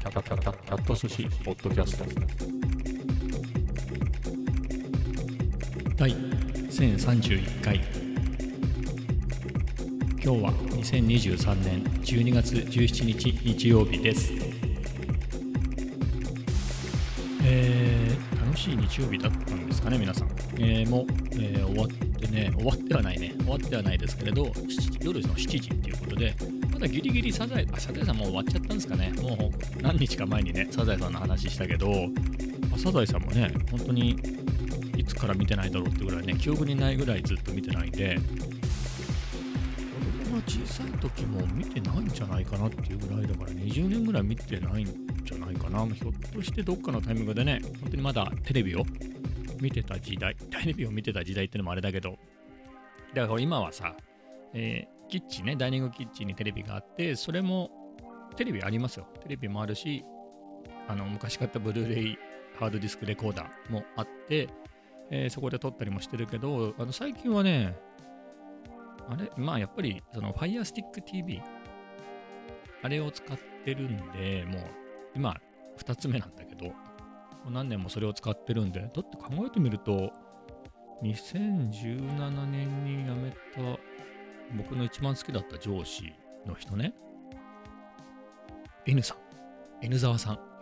キャット寿司ポッドキャスト第1031回。今日は2023年12月17日日曜日です。楽しい日曜日だったんですかね、皆さん。もう、終わってね、終わってはないですけれど、夜の7時っていうことで、まだギリギリサザエさんもう終わっちゃったんですかね。もう何日か前にね、サザエさんの話したけど、サザエさんもね、本当にいつから見てないだろうってぐらいね、記憶にないぐらいずっと見てないんで、子供が小さい時も見てないんじゃないかなっていうぐらいだから、20年ぐらい見てないんじゃないかな。ひょっとしてどっかのタイミングでね、本当にまだテレビを見てた時代ってのもあれだけど、だから今はさ、キッチンね、ダイニングキッチンにテレビがあって、それもテレビありますよ。テレビもあるし、昔買ったブルーレイハードディスクレコーダーもあって、そこで撮ったりもしてるけど、最近はね、やっぱりその Fire Stick TV あれを使ってるんで、もう今2つ目なんだけど、もう何年もそれを使ってるんで、だって考えてみると、2017年に辞めた僕の一番好きだった上司の人ね、N 沢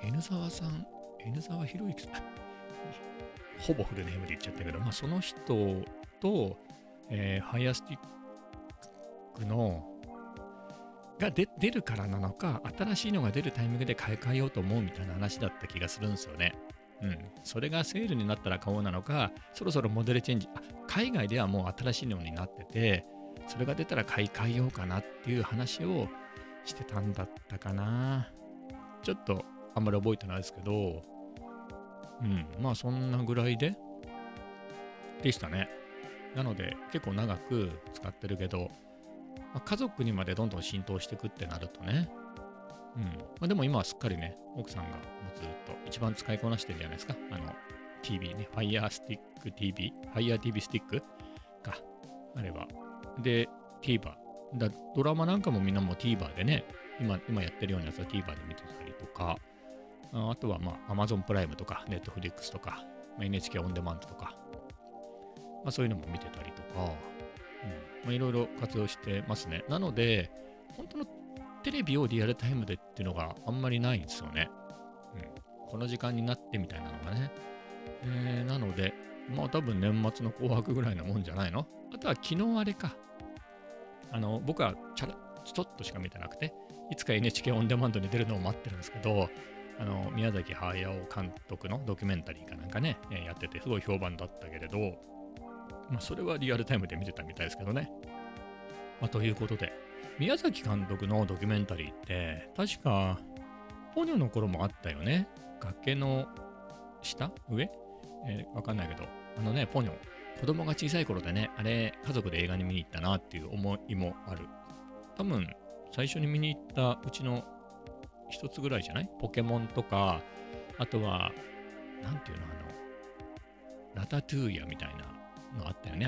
博之さん、ほぼフルネームで言っちゃったけど、その人と、ハイヤースティックのが出るからなのか、新しいのが出るタイミングで買い替えようと思うみたいな話だった気がするんですよね。それがセールになったら買おうなのか、そろそろモデルチェンジ、海外ではもう新しいのになってて、それが出たら買い替えようかなっていう話をしてたんだったかな。ちょっとあんまり覚えてないですけど、そんなぐらいでしたね。なので結構長く使ってるけど、家族にまでどんどん浸透していくってなるとね、でも今はすっかりね、奥さんがもうずっと一番使いこなしてるんじゃないですか。TV ね、Fire Stick TV、Fire TV スティックか、あれば。で、TVer。ドラマなんかもみんなも TVer でね、今やってるようなやつは TVer で見てたりとか、あとはAmazon プライムとか、Netflix とか、NHK オンデマンドとか、そういうのも見てたりとか、いろいろ活用してますね。なので、本当のテレビをリアルタイムでっていうのがあんまりないんですよね。この時間になってみたいなのがね。なので、多分年末の紅白ぐらいなもんじゃないの？あとは昨日あれか。僕はちょっとしか見てなくて、いつか NHK オンデマンドに出るのを待ってるんですけど、宮崎駿監督のドキュメンタリーかなんかね、やっててすごい評判だったけれど、それはリアルタイムで見てたみたいですけどね。ということで、宮崎監督のドキュメンタリーって、確か、ポニョの頃もあったよね。崖の上わかんないけど、ポニョ、子供が小さい頃でね、あれ、家族で映画に見に行ったなっていう思いもある。多分、最初に見に行ったうちの一つぐらいじゃない？ポケモンとか、あとは、なんていうの、ラタトゥーヤみたいなのあったよね。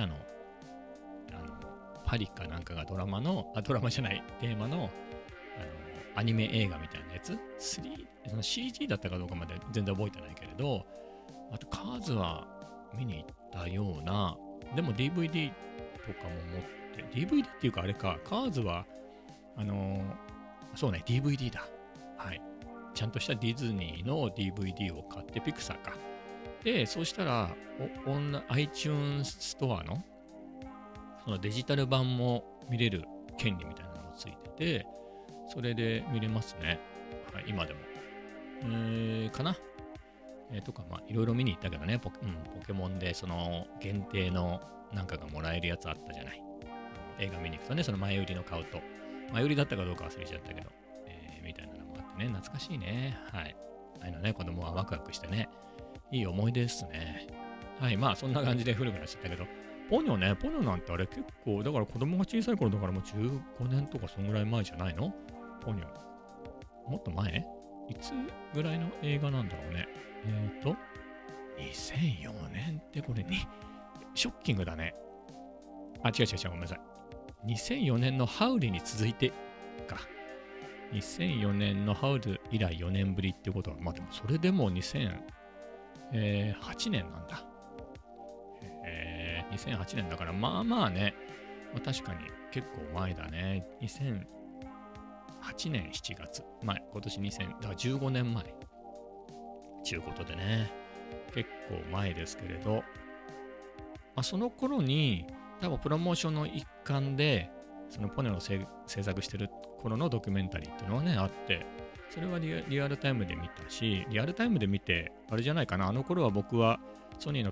パリかなんかがドラマじゃない、テーマの、アニメ映画みたいなやつ、その CG だったかどうかまで全然覚えてないけれど、あとカーズは見に行ったような、でも DVD とかも持って、DVD っていうかあれか、カーズは、そうね、DVD だ。はい。ちゃんとしたディズニーの DVD を買って、ピクサーか。で、そうしたら、iTunes ストアの、そのデジタル版も見れる権利みたいなのがついてて、それで見れますね。はい、今でも。かな。とか、いろいろ見に行ったけどね、ポケモンで、その、限定のなんかがもらえるやつあったじゃない。映画見に行くとね、その前売りの買うと。前売りだったかどうか忘れちゃったけど、みたいなのもあってね、懐かしいね。はい。ああいうのね、子供はワクワクしてね、いい思い出ですね。はい、そんな感じで古くなっちゃったけど、ポニョなんてあれ結構、だから子供が小さい頃だからもう15年とかそんぐらい前じゃないの？ポニョ。もっと前？いつぐらいの映画なんだろうね。2004年ってこれに、ショッキングだね。違う、ごめんなさい。2004年のハウリに続いてか。 2004年のハウル以来4年ぶりっていうことは、まあでもそれでも2008年なんだ。2008年だから、まあまあね、まあ、確かに結構前だね。2008年7月。前、今年2000、だから15年前。ちゅうことでね、結構前ですけれど、まあ、その頃に、多分プロモーションの一環で、そのポネの制作してる頃のドキュメンタリーっていうのはね、あって、それはリアルタイムで見たし、リアルタイムで見て、あれじゃないかな、あの頃は僕はソニーの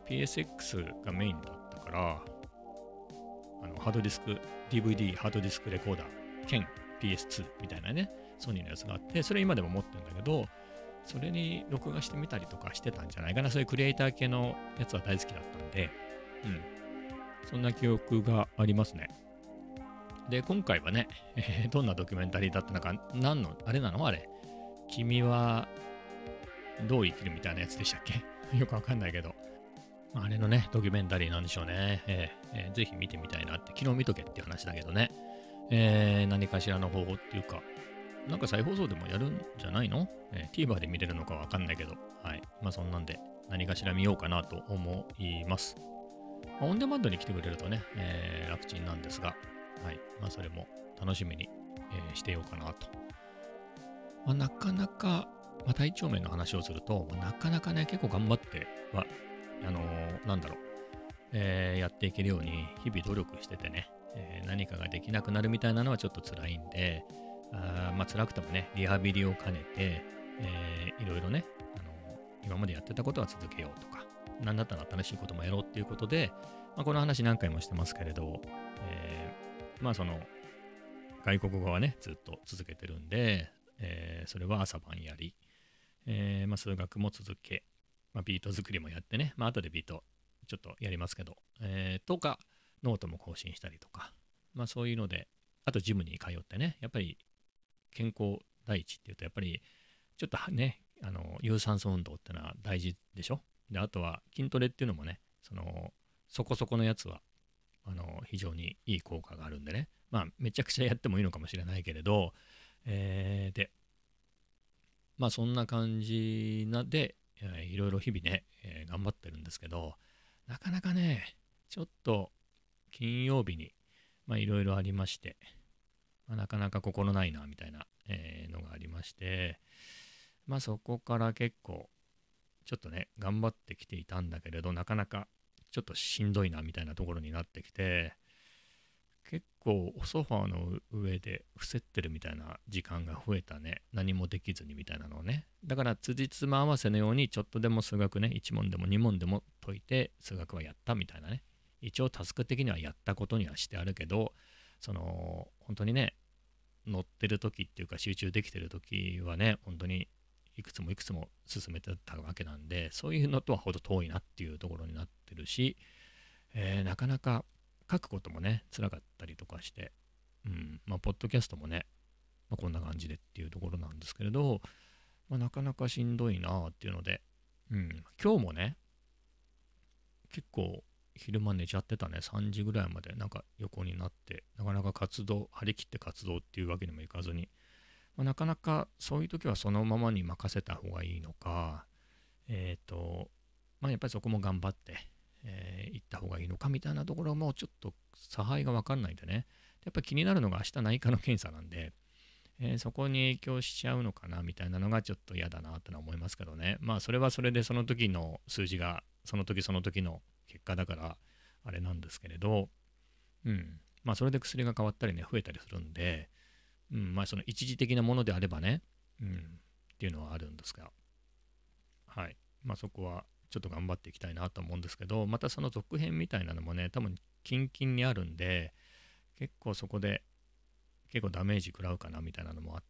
PSX がメインだったから、ハードディスク、DVD、ハードディスクレコーダー兼 PS2 みたいなね、ソニーのやつがあって、それ今でも持ってるんだけど、それに録画してみたりとかしてたんじゃないかな。そういうクリエイター系のやつは大好きだったんで、そんな記憶がありますね。で、今回はね、どんなドキュメンタリーだったのか、あれなのあれ。君はどう生きるみたいなやつでしたっけよくわかんないけど。あれのね、ドキュメンタリーなんでしょうね。ぜひ見てみたいなって、昨日見とけっていう話だけどね。何かしらの方法っていうか、なんか再放送でもやるんじゃないの、?TVer で見れるのかわかんないけど、はい。まあそんなんで何かしら見ようかなと思います。まあ、オンデマンドに来てくれるとね、楽ちんなんですが、はい。まあそれも楽しみに、してようかなと。まあ、なかなか、まあ、体調面の話をすると、なかなかね、結構頑張っては、なんだろう、やっていけるように日々努力しててね、何かができなくなるみたいなのはちょっと辛いんで、まあ辛くてもね、リハビリを兼ねて、いろいろね、今までやってたことは続けようとか、なんだったら新しいこともやろうっていうことで、まあ、この話何回もしてますけれど、まあその、外国語はね、ずっと続けてるんで、それは朝晩やり、まあ、数学も続け、まあ、ビート作りもやってね、まあ後でビートちょっとやりますけど、とか、ノートも更新したりとか、まあそういうので、あとジムに通ってね、やっぱり健康第一っていうと、やっぱりちょっとね、有酸素運動ってのは大事でしょ。で、あとは筋トレっていうのもね、そこそこのやつは、非常にいい効果があるんでね、まあめちゃくちゃやってもいいのかもしれないけれど、で、まあそんな感じで、いろいろ日々ね、頑張ってるんですけど、なかなかね、ちょっと金曜日に、まあいろいろありまして、まあ、なかなか心ないな、みたいな、のがありまして、まあそこから結構、ちょっとね、頑張ってきていたんだけれど、なかなかちょっとしんどいな、みたいなところになってきて、結構ソファーの上で伏せってるみたいな時間が増えたね。何もできずにみたいなのをね。だから辻褄合わせのようにちょっとでも数学ね、1問でも2問でも解いて数学はやったみたいなね。一応タスク的にはやったことにはしてあるけど、本当にね、乗ってる時っていうか集中できてる時はね、本当にいくつもいくつも進めてたわけなんで、そういうのとはほど遠いなっていうところになってるし、なかなか書くこともね、辛かったりとかして、まあ、ポッドキャストもね、まあ、こんな感じでっていうところなんですけれど、まあ、なかなかしんどいなっていうので、今日もね、結構昼間寝ちゃってたね、3時ぐらいまでなんか横になって、なかなか張り切って活動っていうわけにもいかずに、まあ、なかなかそういう時はそのままに任せた方がいいのか、まあやっぱりそこも頑張って、行った方がいいのかみたいなところもちょっと差配が分かんないんでね。やっぱり気になるのが明日内科の検査なんで、そこに影響しちゃうのかなみたいなのがちょっと嫌だなってのは思いますけどね。まあそれはそれでその時の数字がその時その時の結果だからあれなんですけれど、まあそれで薬が変わったりね、増えたりするんで、まあその一時的なものであればね、っていうのはあるんですが、はい。まあそこはちょっと頑張っていきたいなと思うんですけど、またその続編みたいなのもね、多分近々にあるんで、結構そこで結構ダメージ食らうかなみたいなのもあって、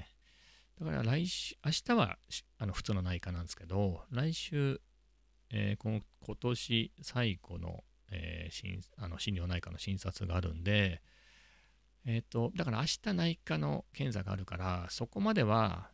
だから明日は普通の内科なんですけど、来週、今年最後の、心療内科の診察があるんで、だから明日内科の検査があるから、そこまでは、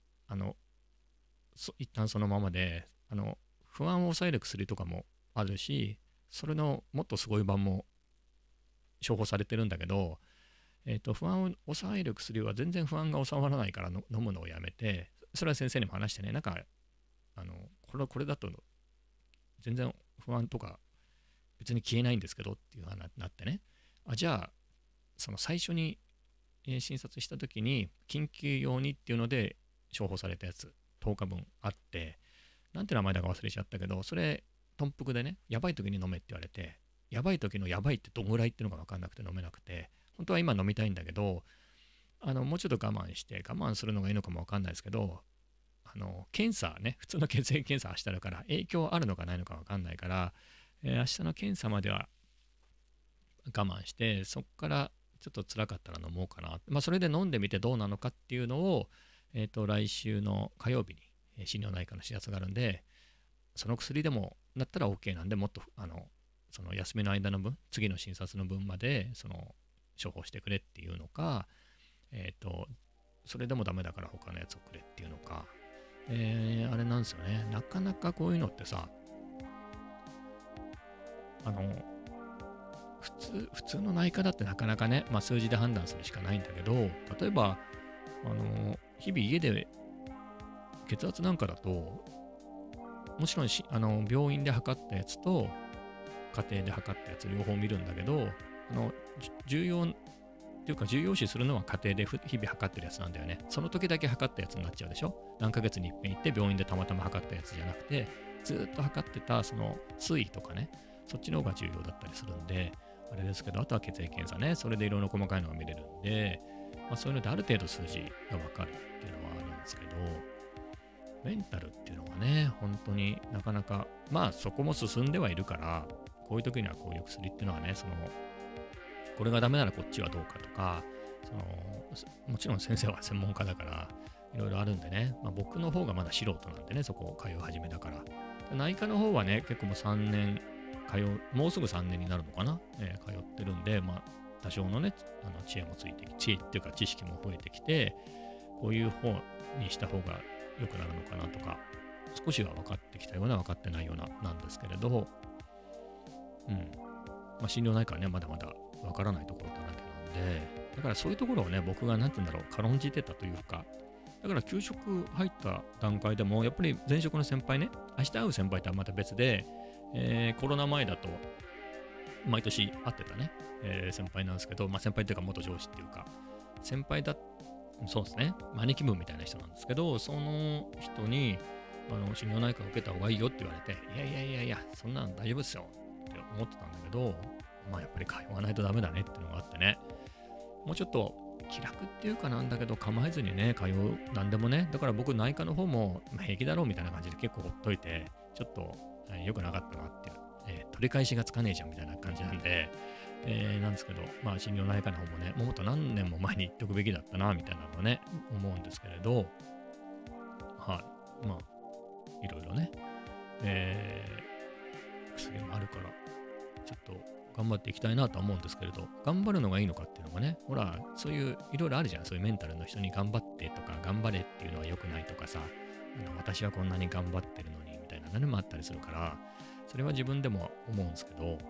一旦そのままで、不安を抑える薬とかもあるし、それのもっとすごい版も処方されてるんだけど、 不安を抑える薬は全然不安が収まらないから飲むのをやめて、それは先生にも話してね、なんか、これだと全然不安とか別に消えないんですけどっていう話になってね、じゃあ、その最初に診察した時に緊急用にっていうので処方されたやつ10日分あって、なんて名前だか忘れちゃったけど、それ、頓服でね、やばい時に飲めって言われて、やばい時のやばいってどんぐらいっていうのが分かんなくて飲めなくて、本当は今飲みたいんだけど、もうちょっと我慢して、我慢するのがいいのかも分かんないですけど、検査ね、普通の血液検査してあるから、影響あるのかないのか分かんないから、明日の検査までは我慢して、そこからちょっと辛かったら飲もうかな。まあ、それで飲んでみてどうなのかっていうのを、来週の火曜日に心療内科の視察があるんで、その薬でもだったら OK なんで、もっとその休みの間の分、次の診察の分まで処方してくれっていうのか、それでもダメだから他のやつをくれっていうのか、あれなんですよね。なかなかこういうのってさ、普通の内科だってなかなかね、まあ、数字で判断するしかないんだけど、例えば、日々家で血圧なんかだと、もちろん病院で測ったやつと家庭で測ったやつ両方見るんだけど、重要っていうか重要視するのは家庭で日々測ってるやつなんだよね。その時だけ測ったやつになっちゃうでしょ。何ヶ月に一遍行って病院でたまたま測ったやつじゃなくて、ずっと測ってたその推移とかね、そっちの方が重要だったりするんで、あれですけど、あとは血液検査ね、それでいろいろ細かいのが見れるんで、まあ、そういうのである程度数字がわかるっていうのはあるんですけど、メンタルっていうのはね、本当になかなか、まあそこも進んではいるから、こういう時にはこういう薬っていうのはね、これがダメならこっちはどうかとか、もちろん先生は専門家だから、いろいろあるんでね、まあ、僕の方がまだ素人なんでね、そこを通い始めだから。内科の方はね、結構もう3年もうすぐ3年になるのかな、通ってるんで、まあ、多少のね、知恵もついてきて、知恵っていうか知識も増えてきて、こういう方にした方が良くなるのかなとか、少しは分かってきたような、分かってないような、なんですけれど、まあ、心療内科はね、まだまだ分からないところだらけなんで、だからそういうところをね、僕がなんて言うんだろう、軽んじてたというか、だから給食入った段階でも、やっぱり前職の先輩ね、明日会う先輩とはまた別で、コロナ前だと、毎年会ってたね、先輩なんですけど、まあ先輩っていうか元上司っていうか、先輩そうですね、招き分みたいな人なんですけど、その人に、心療内科を受けた方がいいよって言われて、いや、そんなの大丈夫ですよって思ってたんだけど、まあやっぱり通わないとダメだねっていうのがあってね、もうちょっと気楽っていうかなんだけど構えずにね、通う、なんでもね、だから僕内科の方も平気だろうみたいな感じで結構ほっといて、ちょっと良くなかったなっていう、取り返しがつかねえじゃんみたいな感じなんで、なんですけど、まあ心療内科の方もね、もっと何年も前に言っておくべきだったなみたいなのはね、思うんですけれど、はい、まあ、いろいろね、薬もあるから、ちょっと頑張っていきたいなとは思うんですけれど、頑張るのがいいのかっていうのがね、ほら、そういういろいろあるじゃん、そういうメンタルの人に頑張ってとか、頑張れっていうのは良くないとかさ、私はこんなに頑張ってるのにみたいなのもあったりするから、それは自分でも思うんですけど、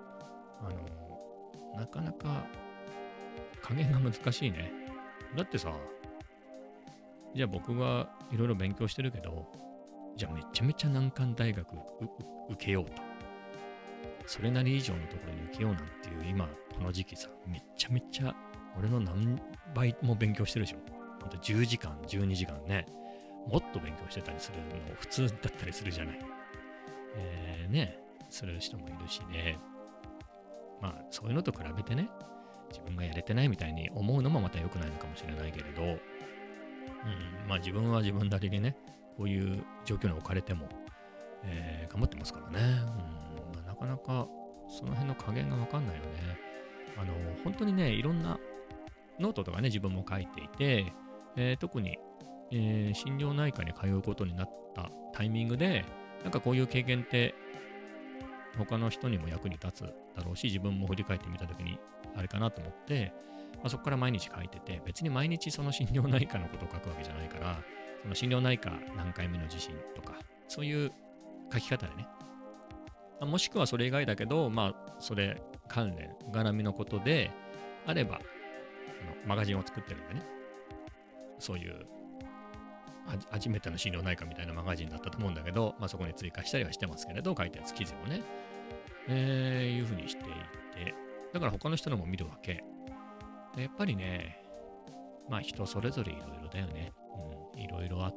なかなか加減が難しいね。だってさ、じゃあ僕がいろいろ勉強してるけど、じゃあめちゃめちゃ難関大学受けようと。それなり以上のところに受けようなんていう今、この時期さ、めちゃめちゃ俺の何倍も勉強してるでしょ。ほんと10時間、12時間ね、もっと勉強してたりするの普通だったりするじゃない。ね、する人もいるしね。まあそういうのと比べてね、自分がやれてないみたいに思うのもまた良くないのかもしれないけれど、まあ自分は自分なりにね、こういう状況に置かれても、頑張ってますからね。まあ、なかなかその辺の加減がわかんないよね。本当にね、いろんなノートとかね、自分も書いていて、特に、心療内科に通うことになったタイミングで、なんかこういう経験って他の人にも役に立つだろうし、自分も振り返ってみたときにあれかなと思って、まあ、そこから毎日書いてて、別に毎日その心療内科のことを書くわけじゃないから、その心療内科何回目の受診とか、そういう書き方でね、もしくはそれ以外だけど、まあ、それ関連、絡みのことであれば、 マガジンを作ってるんでね、そういう初めての心療内科みたいなマガジンだったと思うんだけど、まあ、そこに追加したりはしてますけれど、書いたやつ記事をね、いうふうにしていて、だから他の人のも見るわけ。でやっぱりね、まあ人それぞれいろいろだよね。いろいろあって、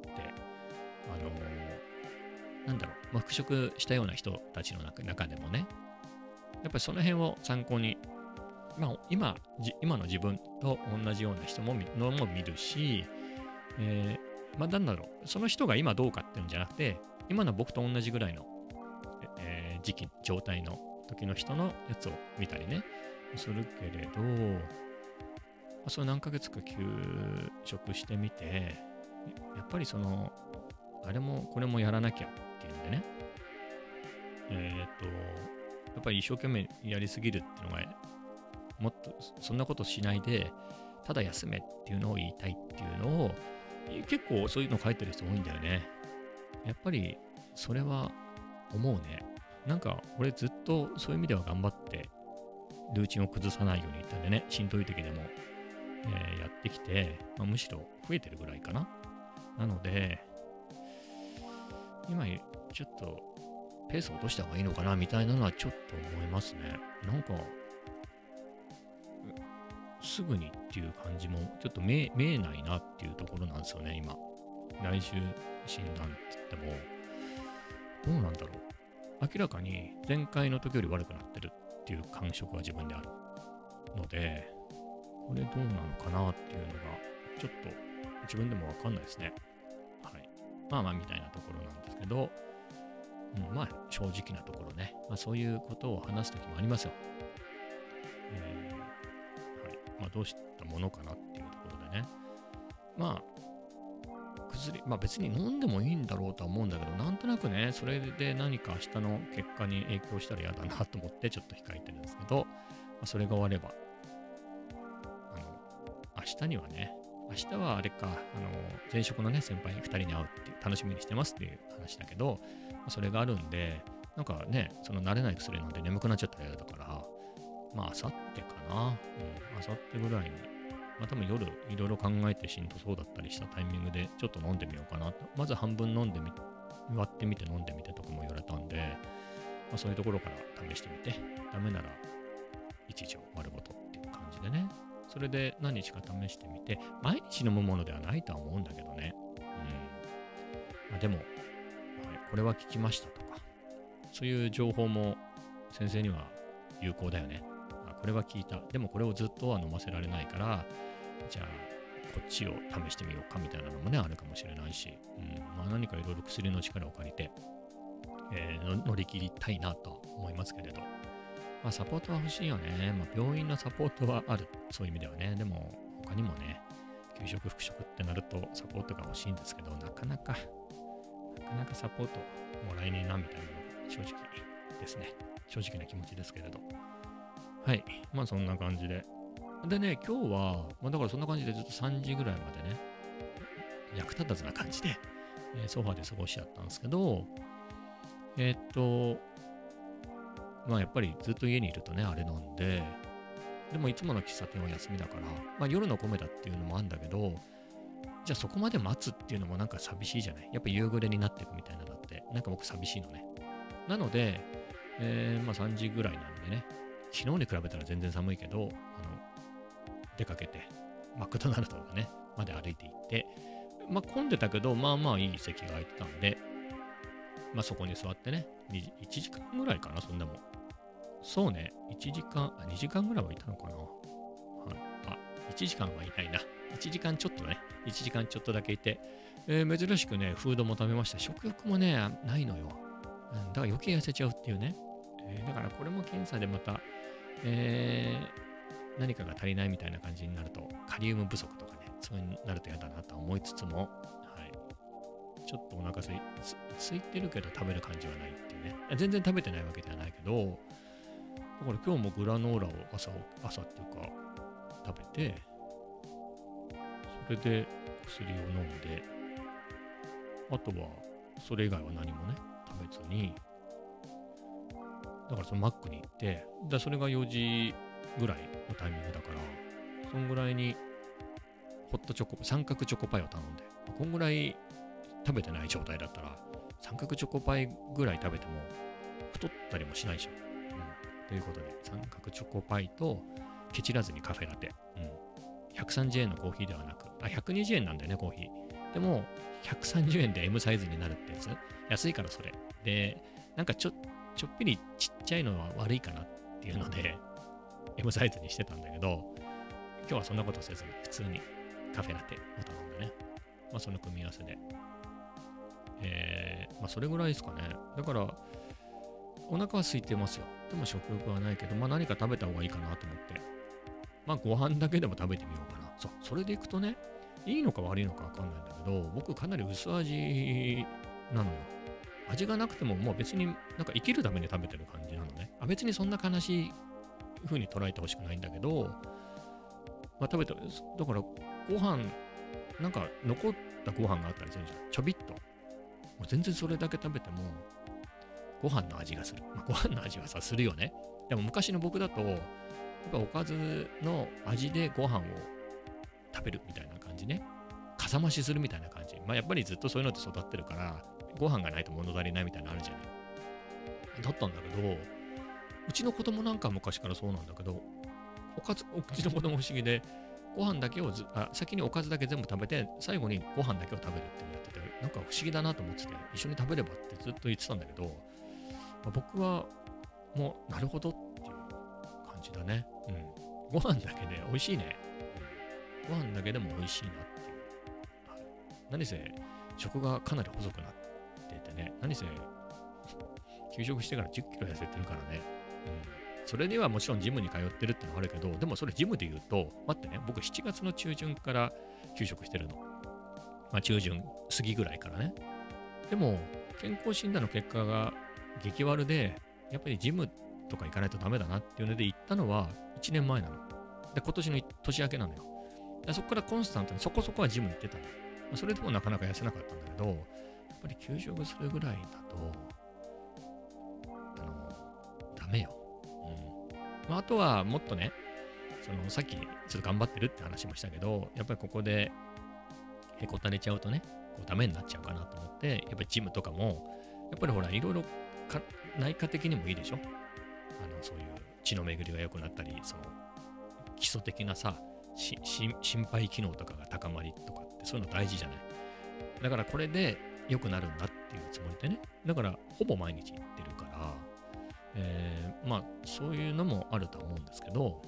なんだろう、まあ、復職したような人たちの中でもね、やっぱりその辺を参考に、まあ、今の自分と同じような人も見るし、まあ、なんだろう、その人が今どうかっていうんじゃなくて、今の僕と同じぐらいの、時期、状態の時の人のやつを見たりね、するけれど、それ何ヶ月か休職してみて、やっぱりあれもこれもやらなきゃっていうんでね、やっぱり一生懸命やりすぎるっていうのが、もっとそんなことしないで、ただ休めっていうのを言いたいっていうのを、結構そういうの書いてる人多いんだよね。やっぱりそれは思うね。なんか俺ずっとそういう意味では頑張って、ルーチンを崩さないように言ったんでね、しんどい時でも、やってきて、まあ、むしろ増えてるぐらいかな。なので、今ちょっとペースを落とした方がいいのかなみたいなのはちょっと思いますね。なんか、すぐにっていう感じもちょっと見えないなっていうところなんですよね、今。来週診断って言っても、どうなんだろう。明らかに前回の時より悪くなってるっていう感触は自分であるので、これどうなのかなっていうのが、ちょっと自分でもわかんないですね。はい。まあまあみたいなところなんですけど、まあ正直なところね、まあそういうことを話すときもありますよ。はい。まあどうしたものかなっていうところでね。まあ、まあ別に飲んでもいいんだろうとは思うんだけど、なんとなくね、それで何か明日の結果に影響したら嫌だなと思ってちょっと控えてるんですけど、まあ、それが終われば、明日にはね、明日はあれか、前職のね、先輩2人に会うっていう、楽しみにしてますっていう話だけど、まあ、それがあるんで、なんかね、慣れない薬なんで眠くなっちゃったら嫌だから、まあ、明後日かな。明後日ぐらいに、まあ多分夜いろいろ考えてしんどそうだったりしたタイミングでちょっと飲んでみようかなと。まず半分割ってみて飲んでみてとかも言われたんで、まあそういうところから試してみて、ダメなら一錠丸ごとっていう感じでね。それで何日か試してみて、毎日飲むものではないとは思うんだけどね。まあ、でも、はい、これは聞きましたとか、そういう情報も先生には有効だよね。これは聞いた。でもこれをずっとは飲ませられないから、じゃあこっちを試してみようかみたいなのもね、あるかもしれないし、まあ何かいろいろ薬の力を借りて、乗り切りたいなと思いますけれど。まあサポートは欲しいよね。まあ病院のサポートはある。そういう意味ではね。でも他にもね、給食、復職ってなるとサポートが欲しいんですけど、なかなかサポートもらえねえなみたいなのが正直ですね。正直な気持ちですけれど。はい。まあそんな感じで。でね、今日は、まあだからそんな感じでずっと3時ぐらいまでね、役立たずな感じで、ソファで過ごしちゃったんですけど、まあやっぱりずっと家にいるとね、あれなんで、でもいつもの喫茶店は休みだから、まあ夜の米だっていうのもあるんだけど、じゃあそこまで待つっていうのもなんか寂しいじゃない。やっぱ夕暮れになっていくみたいなのって、なんか僕寂しいのね。なので、まあ3時ぐらいなんでね、昨日に比べたら全然寒いけど、出かけて、マクドナルドがね、まで歩いて行って、まあ混んでたけど、まあまあいい席が空いてたんで、まあそこに座ってね、1時間ぐらいかな、そんでも。そうね、1時間、2時間ぐらいはいたのかな。はい、1時間はいないな。1時間ちょっとね、1時間ちょっとだけいて、珍しくね、フードも食べました。食欲もね、ないのよ。だから余計痩せちゃうっていうね。だからこれも検査でまた、何かが足りないみたいな感じになると、カリウム不足とかね、そういうになると嫌だなと思いつつも、はい、ちょっとお腹空いてるけど食べる感じはないっていうね。全然食べてないわけではないけど、だから今日もグラノーラを朝っていうか食べて、それで薬を飲んで、あとはそれ以外は何もね、食べずに、だからそのマックに行って、それが4時ぐらいのタイミングだから、そんぐらいにホットチョコ、三角チョコパイを頼んで、こんぐらい食べてない状態だったら、三角チョコパイぐらい食べても太ったりもしないでしょ。ということで、三角チョコパイとケチらずにカフェラテ。130円のコーヒーではなく、120円なんだよね、コーヒー。でも、130円で M サイズになるってやつ。安いからそれ。で、なんかちょっぴりちっちゃいのは悪いかなっていうので、M サイズにしてたんだけど、今日はそんなことせずに、普通にカフェラテを頼んでね。その組み合わせで。それぐらいですかね。だから、お腹は空いてますよ。でも食欲はないけど、何か食べた方がいいかなと思って。ご飯だけでも食べてみようかな。それでいくとね、いいのか悪いのかわかんないんだけど、僕かなり薄味なのよ。味がなくても、もう別になんか生きるために食べてる感じなのね。別にそんな悲しい風に捉えてほしくないんだけど、食べて、だからご飯、なんか残ったご飯があったりするじゃん。ちょびっと。もう全然それだけ食べても、ご飯の味がする。ご飯の味はするよね。でも昔の僕だと、やっぱおかずの味でご飯を食べるみたいな感じね。かさ増しするみたいな感じ。やっぱりずっとそういうので育ってるから、ご飯がないと物足りないみたいなのあるじゃない。だったんだけど、うちの子供なんか昔からそうなんだけど、うちの子供不思議で、ご飯だけを先におかずだけ全部食べて、最後にご飯だけを食べるってやってて、なんか不思議だなと思ってて、一緒に食べればってずっと言ってたんだけど、僕はもうなるほどっていう感じだね。ご飯だけで美味しいね。ご飯だけでも美味しいなっていう。何せ食がかなり細くなっててね、何せ休食してから10キロ痩せてるからね。それではもちろんジムに通ってるってのはあるけど、でもそれジムで言うと、待ってね、僕7月の中旬から休食してるの。中旬過ぎぐらいからね。でも、健康診断の結果が激悪で、やっぱりジムとか行かないとダメだなっていうので行ったのは1年前なの。で、今年の年明けなのよ。でそこからコンスタントにそこそこはジム行ってたの。それでもなかなか痩せなかったんだけど、やっぱり休食するぐらいだと、ダメよ。あとはもっとね、さっきちょっと頑張ってるって話もしたけど、やっぱりここでへこたれちゃうとね、ダメになっちゃうかなと思って、やっぱりジムとかも、やっぱりほら、いろいろ内科的にもいいでしょ。そういう血の巡りが良くなったり、基礎的なさ、心肺機能とかが高まりとかって、そういうの大事じゃない。だからこれで良くなるんだっていうつもりでね。だからほぼ毎日行ってるから、そういうのもあると思うんですけど、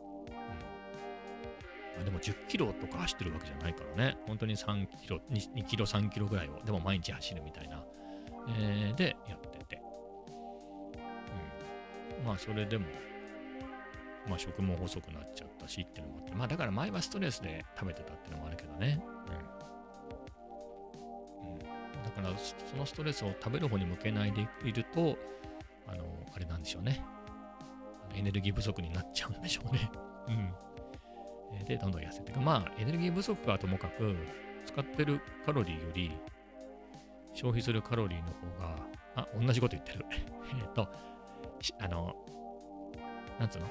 でも10キロとか走ってるわけじゃないからね。本当に3キロ、2キロ、3キロぐらいを、でも毎日走るみたいな、でやってて。それでも、食も細くなっちゃったしっていうのもあって、だから前はストレスで食べてたっていうのもあるけどね。だから、そのストレスを食べる方に向けないでいると、あれなんでしょうね。エネルギー不足になっちゃうんでしょうね。で、どんどん痩せていく。エネルギー不足はともかく、使ってるカロリーより、消費するカロリーの方が、同じこと言ってる。なんつうの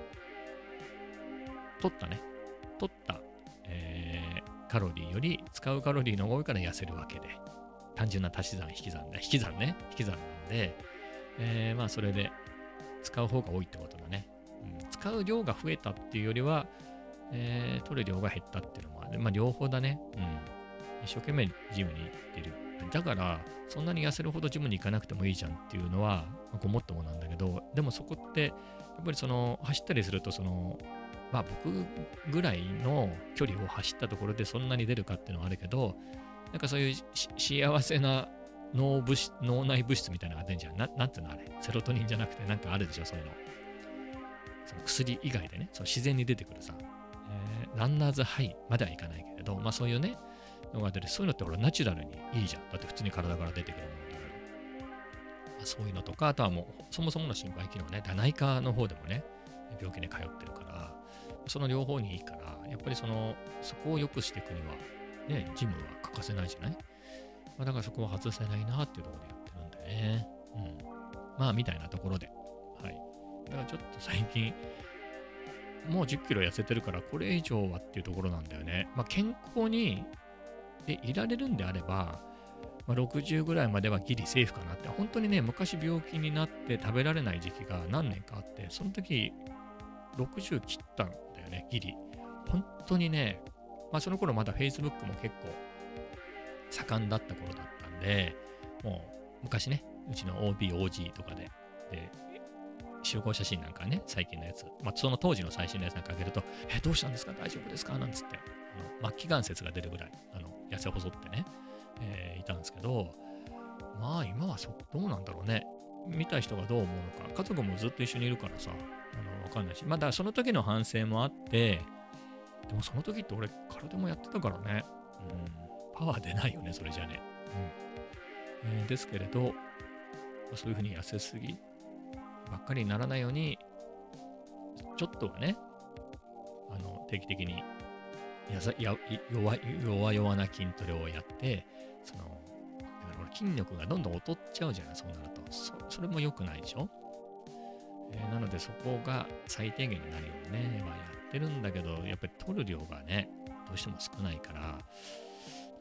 取った、カロリーより使うカロリーの多いから痩せるわけで、単純な足し算、引き算なんで、それで使う方が多いってことだね。使う量が増えたっていうよりは、取る量が減ったっていうのもある。両方だね。一生懸命ジムに行ってる。だから、そんなに痩せるほどジムに行かなくてもいいじゃんっていうのは、ごもっともなんだけど、でもそこって、やっぱり走ったりすると、僕ぐらいの距離を走ったところでそんなに出るかっていうのはあるけど、なんかそういう幸せな脳内物質みたいなのが出るじゃん。なんていうのあれ。セロトニンじゃなくてなんかあるでしょ、そういうの。薬以外でね、自然に出てくるさ、ランナーズハイまではいかないけれど、そういうね、のが出る。そういうのってほらナチュラルにいいじゃん。だって普通に体から出てくるものだから。そういうのとか、あとはもうそもそもの心肺機能ね、内科の方でもね、病気に通ってるから、その両方にいいから、やっぱりそこを良くしていくには、ね、ジムは欠かせないじゃない。だからそこは外せないなっていうところでやってるんでね。みたいなところで。はい。だからちょっと最近、 もう10キロ痩せてるから、これ以上はっていうところなんだよね。まあ、健康にでいられるんであれば、まあ、60ぐらいまではギリセーフかなって。本当にね、昔病気になって食べられない時期が何年かあって、その時60切ったんだよね、ギリ。本当にね、まあその頃まだ Facebook も結構盛んだった頃だったんで、もう昔ね、うちの OB、OG とかで、集合写真なんかね、最近のやつ、まあその当時の最新のやつなんかあげると、どうしたんですか大丈夫ですかなんつって、末期関節が出るぐらい、痩せ細ってね、いたんですけど、まあ今はどうなんだろうね。見た人がどう思うのか。家族もずっと一緒にいるからさ、わかんないし。まあだからその時の反省もあって、でもその時って俺、体もやってたからね。パワー出ないよね、それじゃね。ですけれど、そういうふうに痩せすぎばっかりにならないように、ちょっとはね、定期的に弱々な筋トレをやって、筋力がどんどん劣っちゃうじゃない、そうなると。それも良くないでしょ。なのでそこが最低限になるようにね、やってるんだけど、やっぱり取る量がね、どうしても少ないから、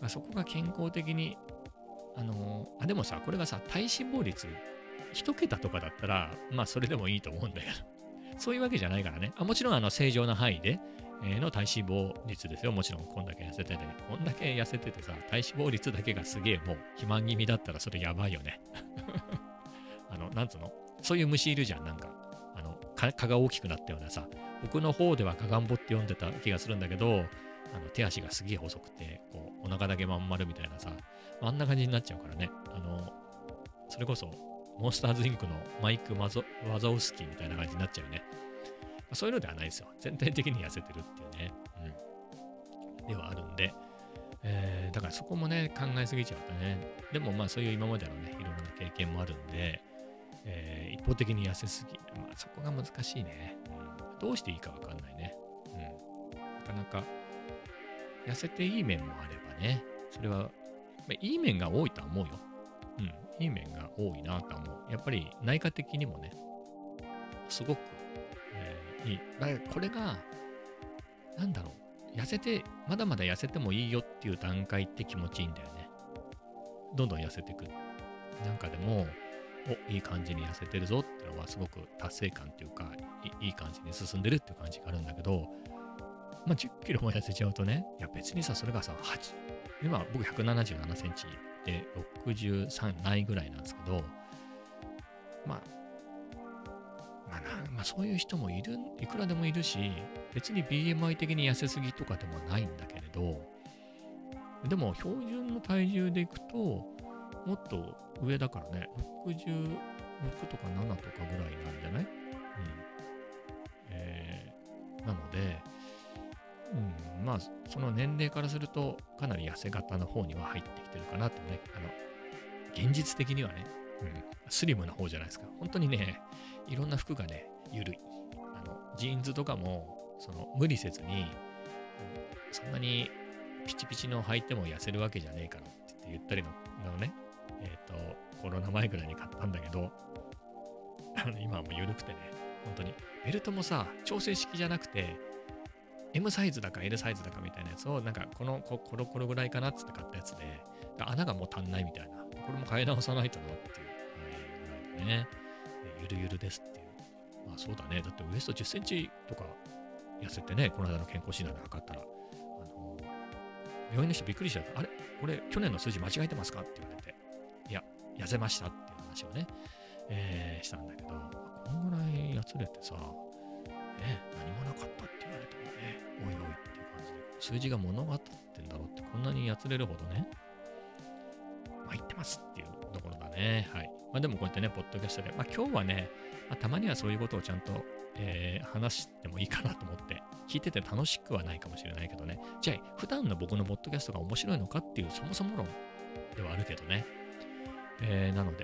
そこが健康的に、でもさ、これがさ、体脂肪率1桁とかだったら、まあそれでもいいと思うんだけど、そういうわけじゃないからね。もちろん正常な範囲で、の体脂肪率ですよ。もちろんこんだけ痩せてて、こんだけ痩せててさ、体脂肪率だけがすげえもう肥満気味だったらそれやばいよね。なんつうの、そういう虫いるじゃん、なんか。蚊が大きくなったようなさ、僕の方ではガガンボって読んでた気がするんだけど、手足がすげえ細くて、こう、お腹だけまん丸みたいなさ、あんな感じになっちゃうからね。それこそ、モンスターズインクのマイク・ワザオスキーみたいな感じになっちゃうね。そういうのではないですよ。全体的に痩せてるっていうね。ではあるんで、だからそこもね、考えすぎちゃうとね。でもまあそういう今までのね、いろんな経験もあるんで、一方的に痩せすぎ。まあそこが難しいね。どうしていいかわかんないね。なかなか痩せていい面もあればね、それは、いい面が多いとは思うよ。いい面が多いなとは思う。やっぱり内科的にもね、すごく、いい。だからこれが、なんだろう、まだまだ痩せてもいいよっていう段階って気持ちいいんだよね。どんどん痩せていく。なんかでも、いい感じに痩せてるぞっていうのはすごく達成感っていうか、いい感じに進んでるっていう感じがあるんだけど、まあ10キロも痩せちゃうとね、いや別にさ、それがさ、今僕177センチで63ないぐらいなんですけど、まあそういう人もいくらでもいるし、別に BMI 的に痩せすぎとかでもないんだけれど、でも標準の体重でいくと、もっと上だからね、66とか7とかぐらいなんじゃない？なので、まあ、その年齢からすると、かなり痩せ型の方には入ってきてるかなとね、現実的にはね、スリムな方じゃないですか。本当にね、いろんな服がね、緩い。ジーンズとかも、無理せずに、そんなにピチピチの履いても痩せるわけじゃねえからって言ったりのね、コロナ前ぐらいに買ったんだけど、今はもう緩くてね、本当に。ベルトもさ、調整式じゃなくて、M サイズだか L サイズだかみたいなやつを、なんかこのぐらいかなっつって買ったやつで、穴がもう足んないみたいな。これも買い直さないとなっていうぐらいでね、ゆるゆるですっていう。まあそうだね。だってウエスト10センチとか痩せてね、この間の健康診断で測ったら、病院の人びっくりしちゃった。あれこれ去年の数字間違えてますかって言われて、いや、痩せましたっていう話をね、したんだけど、こんぐらいやつれてさ、何もなかったって言われてもね、おいおいっていう感じで、数字が物語ってんだろうって、こんなにやつれるほどね、参ってますっていうところだね。はい。まあでもこうやってね、ポッドキャストで、まあ今日はね、たまにはそういうことをちゃんと、話してもいいかなと思って、聞いてて楽しくはないかもしれないけどね、じゃあ普段の僕のポッドキャストが面白いのかっていうそもそも論ではあるけどね。なので、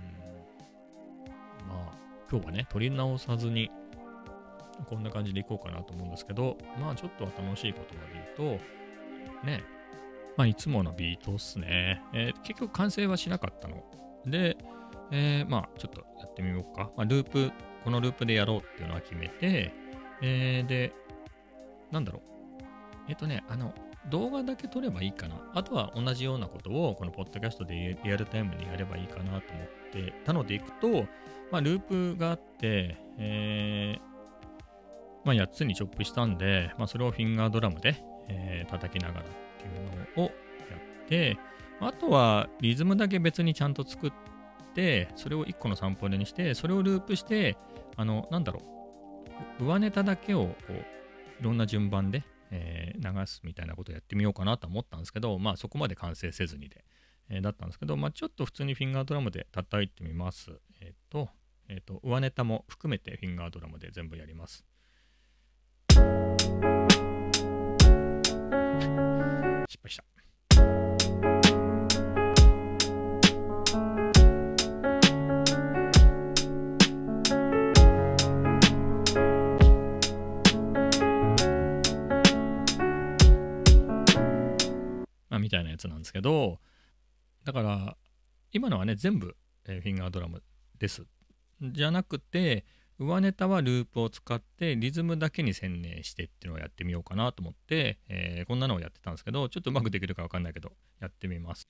まあ今日はね、取り直さずに、こんな感じでいこうかなと思うんですけど、まあちょっとは楽しい言葉で言うと、ね、まあいつものビートっすね。結局完成はしなかったの。で、まあちょっとやってみようか。まあこのループでやろうっていうのは決めて、 で、なんだろう。動画だけ撮ればいいかな。あとは同じようなことをこのポッドキャストでリアルタイムにやればいいかなと思ってたのでいくと、ループがあって、8つにチョップしたんで、それをフィンガードラムで、叩きながらっていうのをやって、あとはリズムだけ別にちゃんと作って、それを1個のサンプルにして、それをループして、上ネタだけをこういろんな順番で、流すみたいなことをやってみようかなと思ったんですけど、そこまで完成せずにで、だったんですけど、ちょっと普通にフィンガードラムで叩いてみます。上ネタも含めてフィンガードラムで全部やります。失敗した。みたいなやつなんですけど、だから今のはね全部、フィンガードラムですじゃなくて、上ネタはループを使ってリズムだけに専念してっていうのをやってみようかなと思って、こんなのをやってたんですけど、ちょっとうまくできるか分かんないけどやってみます。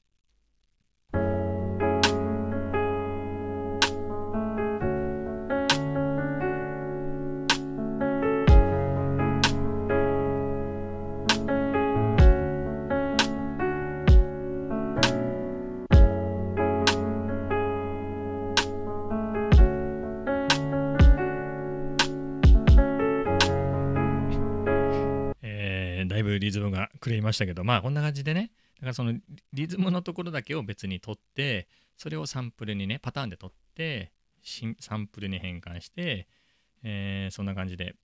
だいぶリズムが狂いましたけど、こんな感じでね、だからそのリズムのところだけを別に取って、それをサンプルにね、パターンで取って、サンプルに変換して、そんな感じで、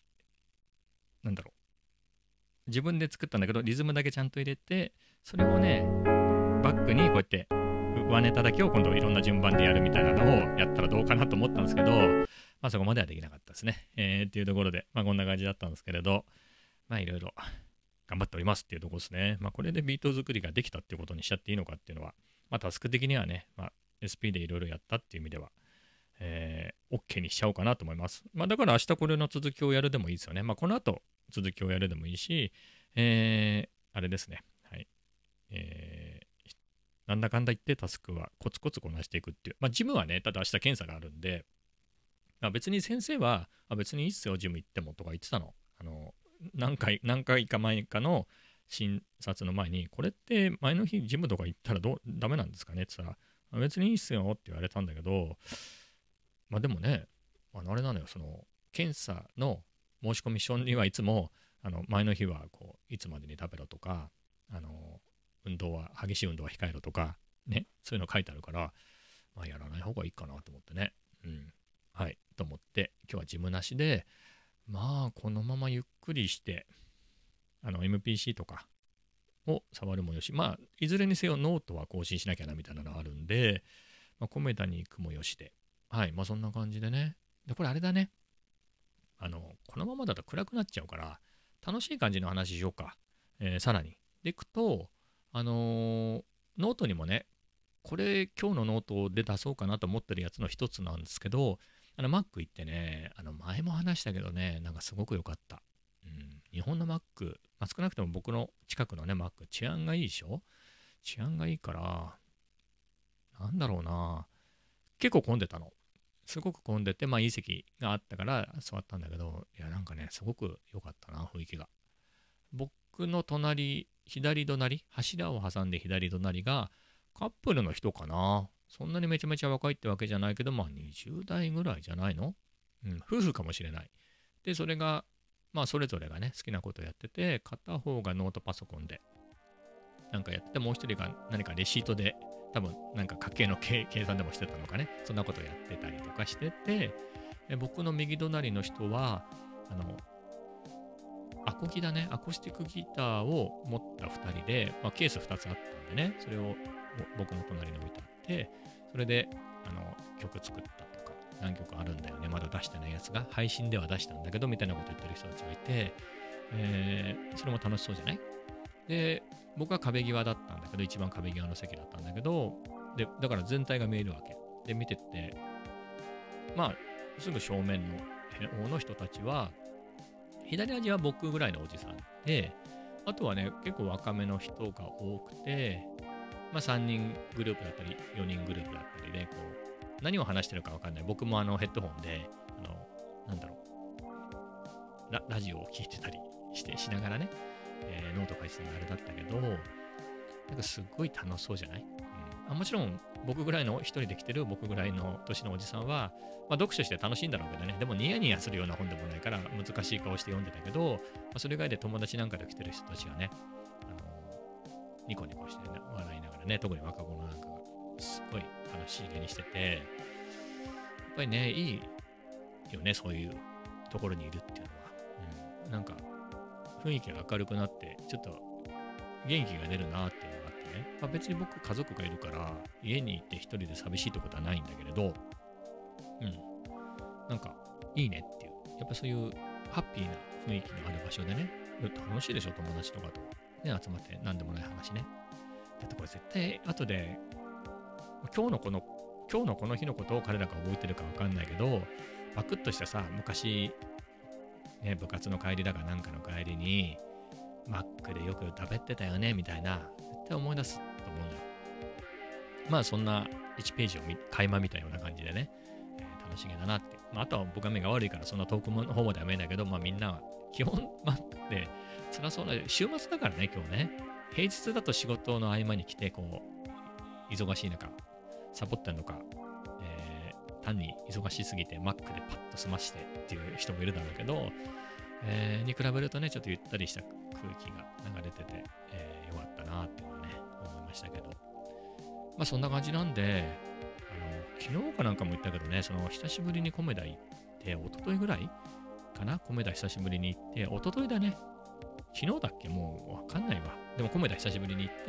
自分で作ったんだけど、リズムだけちゃんと入れて、それをね、バックにこうやって、上ネタだけを今度いろんな順番でやるみたいなのをやったらどうかなと思ったんですけど、そこまではできなかったですね。っていうところで、こんな感じだったんですけれど、いろいろ頑張っておりますっていうところですね。これでビート作りができたっていうことにしちゃっていいのかっていうのは、タスク的にはね、SP でいろいろやったっていう意味では、OK にしちゃおうかなと思います。だから明日これの続きをやるでもいいですよね。この後続きをやるでもいいし、あれですね。はい。なんだかんだ言ってタスクはコツコツこなしていくっていう。ジムはね、ただ明日検査があるんで、別に先生は、別にいいっすよ、ジム行ってもとか言ってたの。何回か前かの診察の前に、これって前の日ジムとか行ったらダメなんですかねって言ったら、別にいいっすよって言われたんだけど、でもね、あれなのよ、その検査の申し込み書にはいつも、前の日はこういつまでに食べろとか、激しい運動は控えろとか、ね、そういうの書いてあるから、やらない方がいいかなと思ってね。はい、と思って、今日はジムなしで、このままゆっくりして、MPC とかを触るもよし、いずれにせよノートは更新しなきゃなみたいなのがあるんで、コメダに行くもよしで、はい、そんな感じでね。で、これあれだね。このままだと暗くなっちゃうから、楽しい感じの話しようか。さらに。でいくと、ノートにもね、これ今日のノートで出そうかなと思ってるやつの一つなんですけど、Mac 行ってね、前も話したけどね、すごく良かった。日本の Mac、少なくとも僕の近くのね、Mac、治安がいいでしょ？治安がいいから、結構混んでたの。すごく混んでて、いい席があったから座ったんだけど、いや、すごく良かったな、雰囲気が。僕の左隣、柱を挟んで左隣がカップルの人かな。そんなにめちゃめちゃ若いってわけじゃないけど、20代ぐらいじゃないの？夫婦かもしれない。で、それが、それぞれがね、好きなことをやってて、片方がノートパソコンで、やってて、もう一人が何かレシートで、多分、家計の計算でもしてたのかね、そんなことをやってたりとかしてて、僕の右隣の人は、アコギだね、アコースティックギターを持った2人で、ケース2つあったんでね、それを僕の隣に置いてあって、それで曲作ったとか、何曲あるんだよね、まだ出してないやつが、配信では出したんだけど、みたいなこと言ってる人たちがいて、それも楽しそうじゃない？で、僕は壁際だったんだけど、一番壁際の席だったんだけど、で、だから全体が見えるわけ。で、見てって、すぐ正面の、 の人たちは、左端は僕ぐらいのおじさんで、あとはね、結構若めの人が多くて、まあ3人グループだったり、4人グループだったりで、こう、何を話してるかわかんない。僕もヘッドホンで、なんだろう、ラジオを聞いてたりしながらね、ノート書いてたのあれだったけど、なんかすっごい楽しそうじゃない？もちろん僕ぐらいの一人で来てる僕ぐらいの年のおじさんは、まあ、読書して楽しいんだろうけどね、でもニヤニヤするような本でもないから難しい顔して読んでたけど、まあ、それ以外で友達なんかで来てる人たちがね、ニコニコして、ね、笑いながらね、特に若者なんかがすごい楽しげにしてて、やっぱりね、いいよね、そういうところにいるっていうのは。なんか雰囲気が明るくなって、ちょっと元気が出るなっていうのがあってね。まあ、別に僕家族がいるから家に行って一人で寂しいってことはないんだけれど、なんかいいねっていう、やっぱそういうハッピーな雰囲気のある場所でね、楽しいでしょ、友達とかと、ね、集まって何でもない話ね。だってこれ絶対後で今日のこの日のことを彼らが覚えてるかわかんないけど、バクッとしたさ、昔、ね、部活の帰りだかなんかの帰りに、マックでよく食べてたよねみたいな、絶対思い出すと思うのよ。まあそんな1ページを垣間見たような感じでね、楽しげだなって。まあ、あとは僕は目が悪いからそんな遠くの方までは見えないけど、まあみんなは基本マックで辛そうな、週末だからね、今日ね。平日だと仕事の合間に来て、こう、忙しい中、サボってんのか、単に忙しすぎて Mac でパッと済ましてっていう人もいるだろうけど、に比べるとね、ちょっとゆったりした空気が流れてて、よかったなっていうのはね、思いましたけど。まあそんな感じなんで、昨日かなんかも言ったけどね、その久しぶりにコメダ行って、一昨日ぐらいかな、コメダ久しぶりに行って、一昨日だね。昨日だっけもうわかんないわ。でもコメダ久しぶりに行って、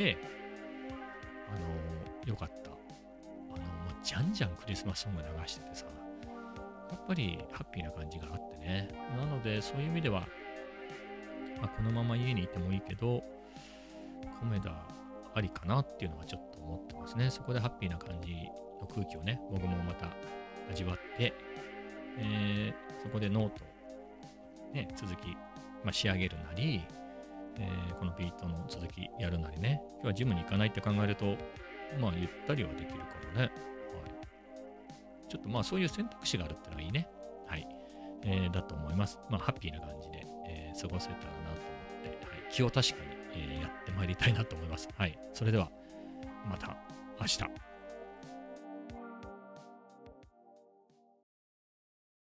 よかった。じゃんじゃんクリスマスソング流しててさ、やっぱりハッピーな感じがあってね。なので、そういう意味では、まあ、このまま家にいてもいいけど、コメダありかなっていうのはちょっと思ってますね。そこでハッピーな感じの空気をね、僕もまた味わって、そこでノート、ね、続き、まあ、仕上げるなり、このビートの続きやるなりね、今日はジムに行かないって考えると、まあ、ゆったりはできるからね。ちょっとまあそういう選択肢があるってのはいいね。はい。だと思います。まあハッピーな感じで、過ごせたらなと思って、はい、気を確かに、やってまいりたいなと思います。はい。それでは、また明日。